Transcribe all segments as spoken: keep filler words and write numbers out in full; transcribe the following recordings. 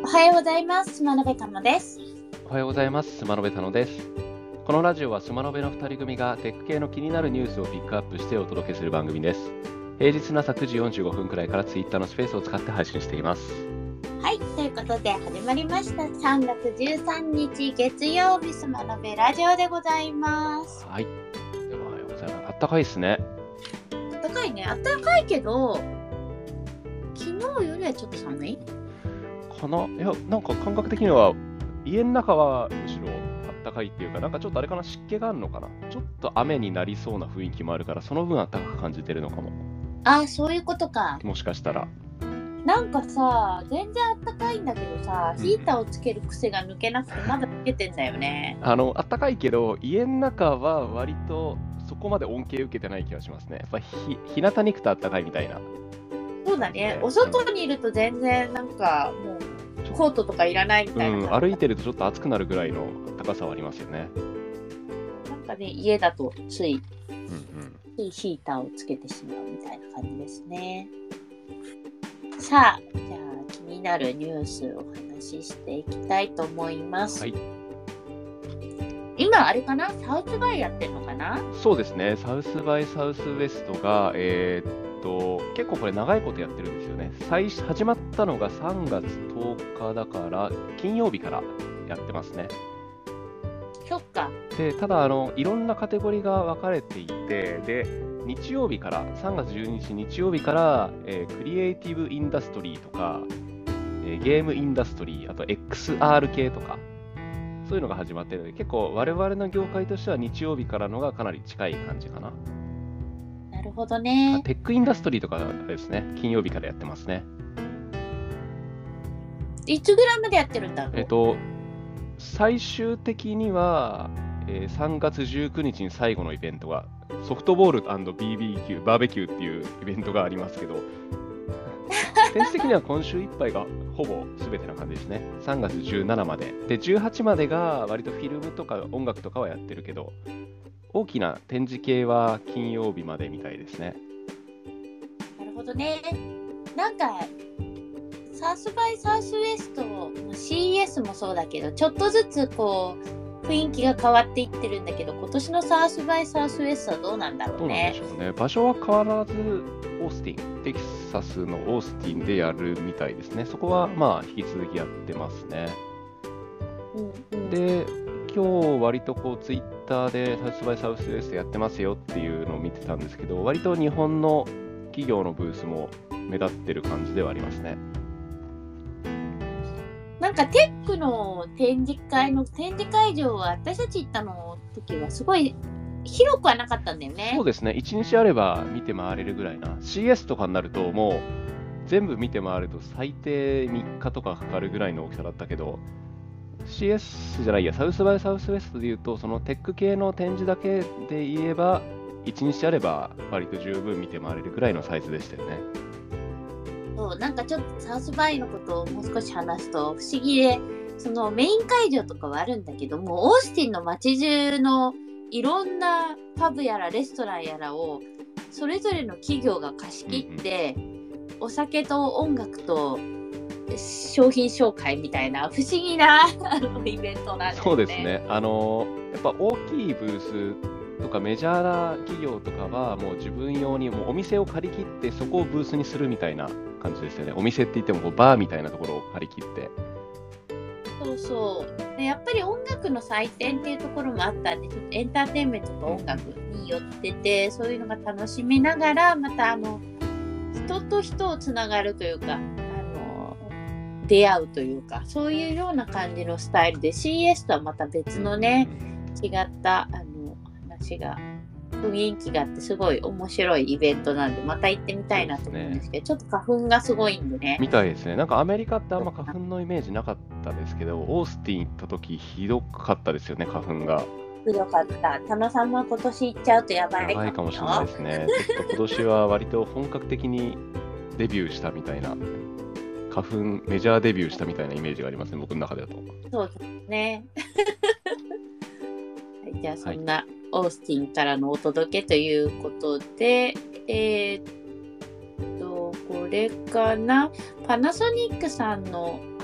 はようございます。島辺かのです。 おはようございます。スマノベタノです。このラジオはスマノベのふたり組がテック系の気になるニュースをピックアップしてお届けする番組です。平日の朝くじよんじゅうごふんくらいからツイッターのスペースを使って配信しています。 はい、ということで始まりました。さんがつじゅうさんにち月曜日、スマノベラジオでございます。 はい。ではおはようございます。あったかいですね。 あったかいね。あったかいけど、昨日よりはちょっと寒いかな。いや、なんか感覚的には家の中はむしろあったかいっていうか、なんかちょっとあれかな、湿気があるのかな。ちょっと雨になりそうな雰囲気もあるから、その分あったかく感じてるのかも。 ああ、そういうことか。 もしかしたら。 なんかさ、全然あったかいんだけどさ、ヒーターをつける癖が抜けなくてまだつけてんだよね。 あの、あったかいけど、家の中は割とそこまで恩恵受けてない気がしますね。やっぱひ日向に行くとあったかいみたいな。 そうだね。お外にいると全然なんかもうコートとかいらないみたいな、 うん、歩いてるとちょっと暑くなるぐらいの高さはありますよね。 なんかね、家だとつい、 うんうん、 ついヒーターをつけてしまうみたいな感じですね。さあ、じゃあ気になるニュースをお話ししていきたいと思います。 はい、 今あれかな、サウスバイやってるのかな。 そうですね。サウスバイサウスウェストが、えー、っと結構これ長いことやってるんですよね。最初始まったのがさんがつとおかだから金曜日からやってますね。 そっか。 でただあのいろんなカテゴリーが分かれていて、で日曜日からさんがつじゅうににち日曜日から、えー、クリエイティブインダストリーとか、えー、ゲームインダストリー、あと エックスアール 系とかそういうのが始まっているので、結構我々の業界としては日曜日からのがかなり近い感じかな。 なるほどね。 テックインダストリーとかですね、金曜日からやってますね。 いつぐらいまでやってるんだろう。 えっと最終的には、えー、さんがつじゅうくにちに最後のイベントがソフトボール&ビービーキュー、バーベキューっていうイベントがありますけど、天気的には今週いっぱいがほぼ全てな感じですね。さんがつじゅうしちまで。で、じゅうはちまでが割とフィルムとか音楽とかはやってるけど、大きな展示系は金曜日までみたいですね。 なるほどね。なんか、サウスバイサウスウェスト、シーイーエス もそうだけど、ちょっとずつこう、雰囲気が変わっていってるんだけど、今年のサウスバイサウスウェストはどうなんだろうね。 どうなんでしょうね。場所は変わらず、オースティン、テキサスのオースティンでやるみたいですね。そこはまあ引き続きやってますね。 うんうん、 で、今日割とこうツイッターでサウスバイサウスウェストやってますよっていうのを見てたんですけど、割と日本の企業のブースも目立ってる感じではありますね。 なんかテックの展示会の展示会場は私たち行ったの時はすごい広くはなかったんだよね。 そうですね。いちにちあれば見て回れるぐらいな。シーエス とかになるともう全部見て回ると最低みっかとかかかるぐらいの大きさだったけど、シーエス じゃないや、サウスバイサウスウェストでいうと、そのテック系の展示だけで言えば、いちにちあれば割と十分見て回れるぐらいのサイズでしたよね。 そう、なんかちょっとサウスバイのことをもう少し話すと不思議で、そのメイン会場とかはあるんだけども、オースティンの街中のいろんなパブやらレストランやらをそれぞれの企業が貸し切って、うんうん、お酒と音楽と商品紹介みたいな不思議なイベントなんですね。 そうですね。あのやっぱ大きいブースとかメジャーな企業とかはもう自分用にもうお店を借り切ってそこをブースにするみたいな感じですよね。お店って言ってもこうバーみたいなところを借り切って。 そうそうで。やっぱり音楽の祭典っていうところもあったんで、ちょっとエンターテインメントと音楽に寄ってて、そういうのが楽しみながら、またあの人と人をつながるというか、あの出会うというか、そういうような感じのスタイルで シーイーエス とはまた別のね、違ったあの話が雰囲気があってすごい面白いイベントなんで、また行ってみたいなと思うんですけど、ね、ちょっと花粉がすごいんでね。 みたいですね。なんかアメリカってあんま花粉のイメージなかったですけど、オースティン行った時ひどかったですよね、花粉が。 ひどかった。田野さんも今年行っちゃうとやばいかもよ。 やばいかもしれないですね。ちょっと今年は割と本格的にデビューしたみたいな、花粉メジャーデビューしたみたいなイメージがありますね、僕の中でだと。 そうですね。はい、じゃあそんな、はい、オースティンからのお届けということで、えー、っとこれかな、パナソニックさんの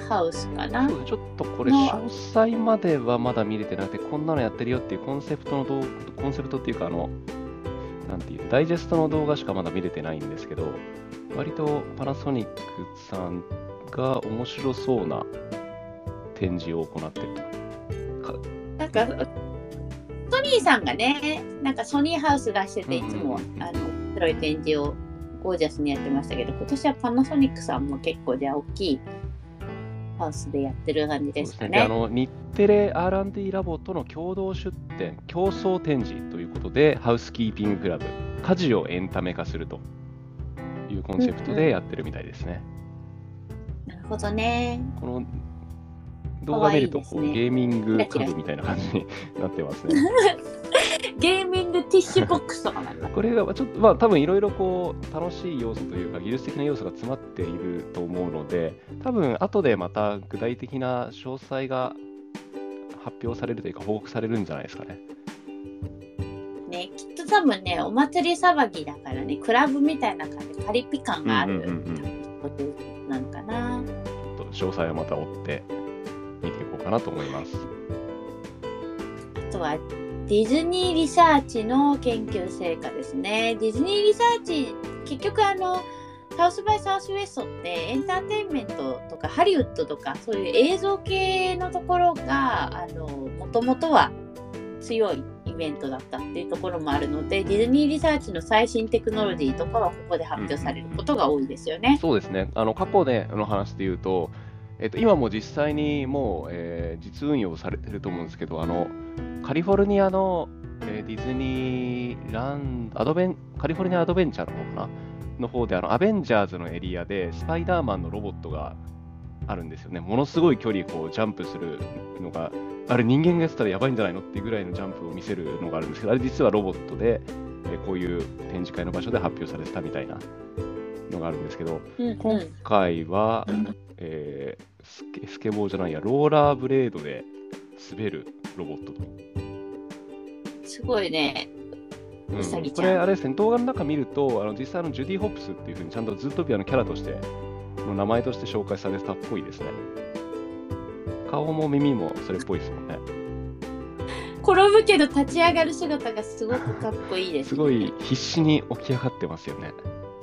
ハウスかな。 そうちょっとこれの詳細まではまだ見れてなくて、こんなのやってるよっていうコンセプトの動コンセプトっていうかあのなんていうダイジェストの動画しかまだ見れてないんですけど、割とパナソニックさんが面白そうな展示を行ってるとか。 なんかソニーさんがね、なんかソニーハウス出してて、いつも、 うんうんうん、 あの面白い展示をゴージャスにやってましたけど、今年はパナソニックさんも結構じゃあ大きいハウスでやってる感じですかね。 そうですね。であの日テレ アールアンドディー ラボとの共同出展、競争展示ということで、ハウスキーピングクラブ、家事をエンタメ化するというコンセプトでやってるみたいですね。 うんうん、なるほどね。 この動画見るとこう、 ね、 ゲーミング家具みたいな感じになってますね。 ゲーミングティッシュボックスとかなんかこれがちょっとまあ多分いろいろこう楽しい要素というか技術的な要素が詰まっていると思うので、多分後でまた具体的な詳細が発表されるというか報告されるんじゃないですかね。 ね、きっと多分ね、お祭り騒ぎだからね、クラブみたいな感じでパリピ感があることなのかな。 ちょっと詳細はまた追って見ていこうかなと思います。 あとはディズニーリサーチの研究成果ですね。ディズニーリサーチ、結局あのサウスバイサウスウエストってエンターテインメントとかハリウッドとかそういう映像系のところがあのもともとは強いイベントだったっていうところもあるので、ディズニーリサーチの最新テクノロジーとかはここで発表されることが多いですよね。 うん、そうですね。あの過去での話で言うと、えっと、今も実際にもう、えー、実運用されてると思うんですけど、あのカリフォルニアの、えー、ディズニーランドアドベンカリフォルニアアドベンチャーの方かなの方であのアベンジャーズのエリアでスパイダーマンのロボットがあるんですよね。ものすごい距離こうジャンプするのが、あれ人間がやってたらやばいんじゃないのっていうぐらいのジャンプを見せるのがあるんですけど、あれ実はロボットで、えー、こういう展示会の場所で発表されてたみたいなのがあるんですけど、 うんうん、 今回は、えー、スケ、スケボーじゃないやローラーブレードで滑るロボットと。 すごいね。 うん、これあれですね、動画の中見るとあの実際のジュディ・ホップスっていうふうにちゃんとズートピアのキャラとしての名前として紹介されてたっぽいですね。顔も耳もそれっぽいですもんね。 転ぶけど立ち上がる姿がすごくかっこいいです、ね、 すごい必死に起き上がってますよね。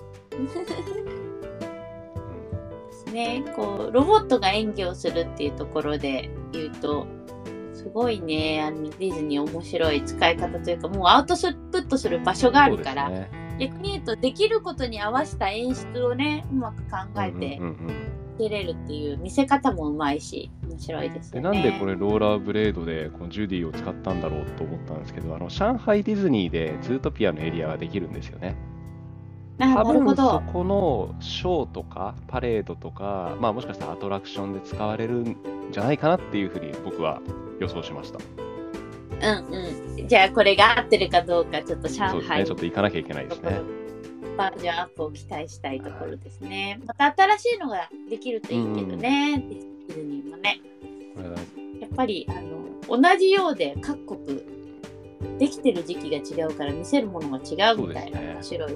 ですね。こうロボットが演技をするっていうところで言うとすごいね、あのディズニー面白い使い方というか、もうアウトプットする場所があるから、ね、逆に言うとできることに合わせた演出をねうまく考えて出れるっていう見せ方もうまいし面白いですよね。 でなんでこれローラーブレードでこのジュディを使ったんだろうと思ったんですけど、あの上海ディズニーでズートピアのエリアができるんですよね。多分そこのショーとかパレードとか、まあ、もしかしたらアトラクションで使われるんじゃないかなっていうふうに僕は予想しました。 うんうん。じゃあこれが合ってるかどうかちょっと上海、 そうですね、ちょっと行かなきゃいけないですね。 バージョンアップを期待したいところですね。また新しいのができるといいけどね、ディズニーもね。やっぱりあの同じようで各国できてる時期が違うから見せるものが違うみたいな、ね、面白い。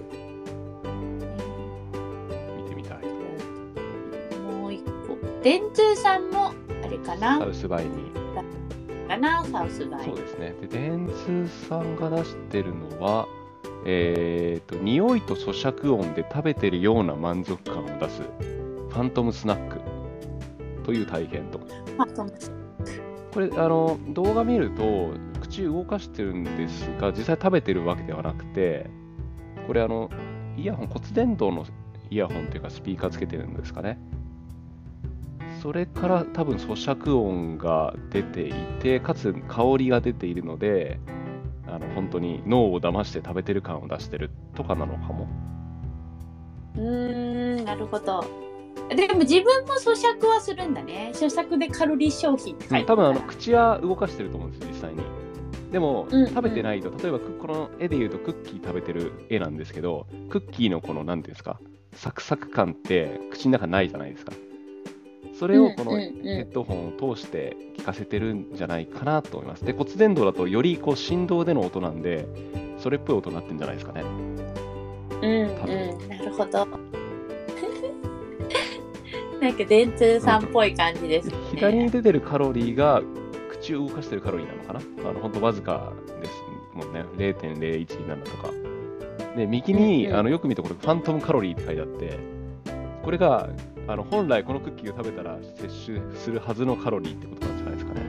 見てみたい。 もう一個、電通さんもあれかな。 サウスバイに。 かな、サウスバイ。 そうですね。で、電通さんが出してるのは、えーと、匂いと咀嚼音で食べてるような満足感を出すファントムスナックという体験と。 ファントムスナック。 これあの動画見ると口動かしてるんですが、実際食べてるわけではなくて、これあのイヤホン、骨伝導のイヤホンというかスピーカーつけてるんですかね。それから多分咀嚼音が出ていて、かつ香りが出ているので、あの本当に脳を騙して食べてる感を出してるとかなのかも。 うーん、なるほど。でも自分も咀嚼はするんだね。咀嚼でカロリー消費って書いてある。 多分あの口は動かしてると思うんです、実際に。でも、 うんうん、 食べてないと、例えばこの絵で言うとクッキー食べてる絵なんですけど、クッキーのこの何ていうんですか、サクサク感って口の中ないじゃないですか。それをこのヘッドホンを通して聞かせてるんじゃないかなと思います。で、骨伝導だとよりこう振動での音なんで、それっぽい音になってるんじゃないですかね。 うんうん、なるほど。 なんか電通さんっぽい感じですね。 左に出てるカロリーが口を動かしてるカロリーなのかな。あの本当わずかですもんね。れいてんれいいちななとか。で、右に、うんうん、あのよく見たこれファントムカロリーって書いてあって、これがあの本来このクッキーを食べたら摂取するはずのカロリーってことなんじゃないですかね。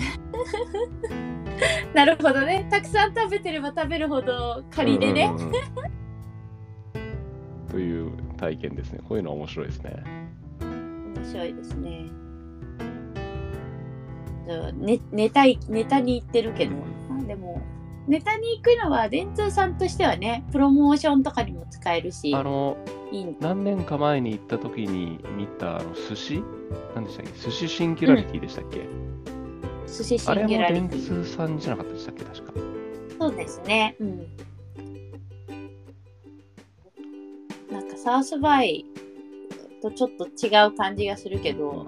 なるほどね。たくさん食べてれば食べるほど仮でね。うんうんうん、 という体験ですね。こういうのは面白いですね。 面白いですね。ねネタネタに行ってるけど、うん、でもネタに行くのは電通さんとしてはね、プロモーションとかにも使えるし、 あのいい何年か前に行った時に見たあの寿司何でしたっけ、寿司シンギュラリティでしたっけ、うん、 寿司シンギュラリティ。 あれも電通さんじゃなかったでしたっけ、確か。 そうですね。うん。なんかサウスバイとちょっと違う感じがするけど、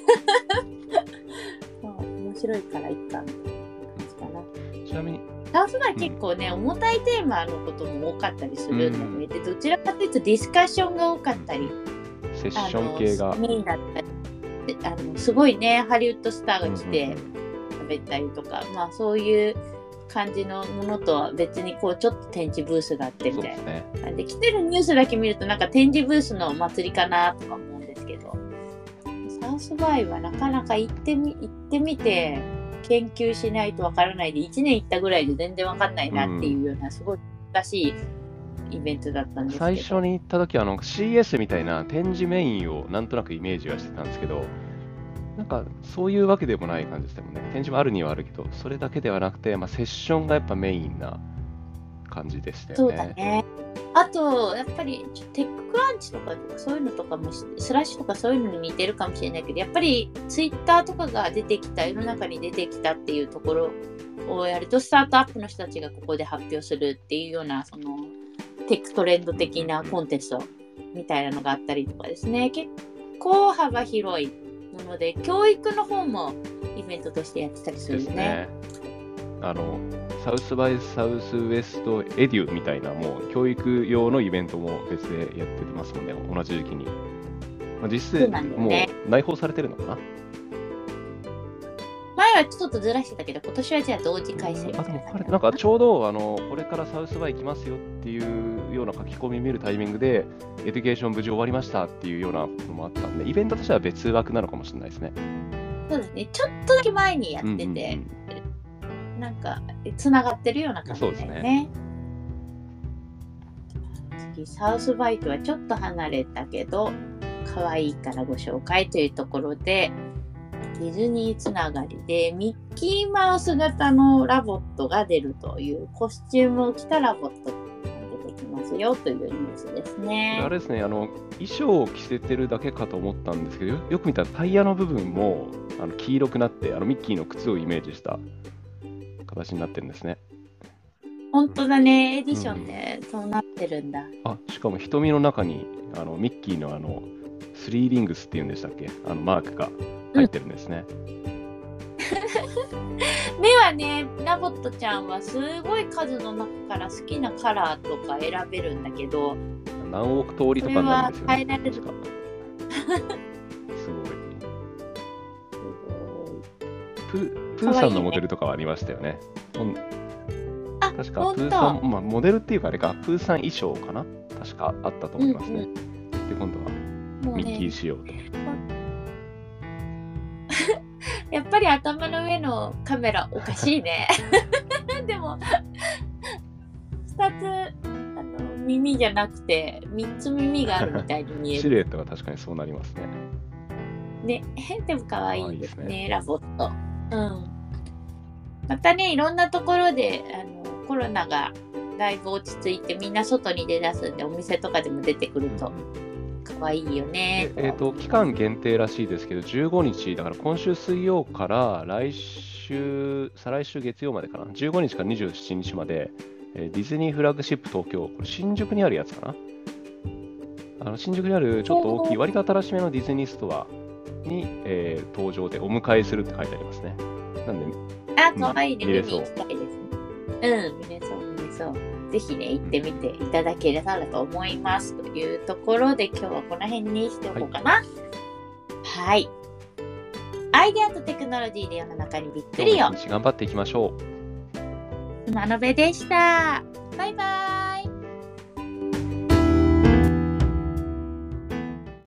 まあ、面白いからいっかみたいな感じかな。 ちなみにサウスバイ結構ね、うん、重たいテーマのことも多かったりするので、うん、どちらかというとディスカッションが多かったり、 セッション系がメインだったり、あのすごいねハリウッドスターが来て食べたりとか、うんうんうん、まあそういう感じのものとは別にこうちょっと展示ブースがあってみたいな。で、ね、で来てるニュースだけ見るとなんか展示ブースのお祭りかなとか思うんですけど、サウスバイはなかなか行ってみ行ってみて研究しないとわからないで、いちねん行ったぐらいで全然わかんないなっていうような、すごい難しいイベントだったんですけど、 最初に行った時はあの シーエス みたいな展示メインをなんとなくイメージはしてたんですけど、なんかそういうわけでもない感じですもんね。展示もあるにはあるけど、それだけではなくて、まあ、セッションがやっぱメインな感じでしたよね。 そうだね。あとやっぱりテッククランチとかそういうのとかもスラッシュとかそういうのに似てるかもしれないけど、やっぱりツイッターとかが出てきた世の中に出てきたっていうところをやると、スタートアップの人たちがここで発表するっていうような、そのテックトレンド的なコンテストみたいなのがあったりとかですね、結構幅広いもので、教育の方もイベントとしてやってたりするよね。 あのサウスバイサウスウエストエデュみたいな、もう教育用のイベントも別でやってますもんね、同じ時期に。まあ、実際、ね、もう内包されてるのかな。 前はちょっとずらしてたけど、今年はじゃあ同時開催みたいな。 あ、でもこれなんかちょうどあのこれからサウスバイ来ますよっていうような書き込み見るタイミングで、エデュケーション無事終わりましたっていうようなこともあったんで、イベントとしては別枠なのかもしれないですね。 そうですね、ちょっとだけ前にやってて、うんうんうん、なんかつながってるような感じだよね。そうですね。次、サウスバイとはちょっと離れたけど可愛いからご紹介というところで、ディズニーつながりでミッキーマウス型のラボットが出るという、コスチュームを着たラボットが出てきますよというニュースですね。 あれですね、あの衣装を着せてるだけかと思ったんですけど、よ, よく見たらタイヤの部分もあの黄色くなって、あのミッキーの靴をイメージした形になってるんですね。 本当だね、エディションでそうなってるんだ。うん、 あ、しかも瞳の中にあのミッキーのあのスリーリングスっていうんでしたっけ、あのマークが入ってるんですね。うん、 目はね、ラボットちゃんはすごい数の中から好きなカラーとか選べるんだけど、 何億通りとかになるんですよね。 それは変えられる。 すごい。プ, プーさんのモデルとかはありましたよね。 あ、 確かプーさん、まあ、モデルっていうかあれか、プーさん衣装かな、確かあったと思いますね。うんうん、で、今度はミッキー仕様と。 やっぱり頭の上のカメラおかしいね。でもふたつあの耳じゃなくてみっつ耳があるみたいに見える。 シルエットが確かにそうなりますね。ね、でも可愛いですね、いいですね、ラボット。うん。またね、いろんなところであのコロナがだいぶ落ち着いてみんな外に出だすんで、お店とかでも出てくると可愛いよね。 えーと、期間限定らしいですけど、じゅうごにちだから今週水曜から来週、再来週月曜までかな、じゅうごにちからにじゅうしちにちまで、えー、ディズニーフラッグシップ東京、これ新宿にあるやつかな、あの新宿にあるちょっと大きい割と新しめのディズニーストアに、えー、登場でお迎えするって書いてありますね。なんで、 あ、可愛いね、見れそう。見に行きたいですね。うん、見れそう、見れそう。ぜひね、行ってみていただけたらと思います。というところで、今日はこの辺にしておこうかな。 はい。アイデアとテクノロジーで世の中にびっくりを。 今日も一日頑張っていきましょう。 スマノベでした。バイバーイ。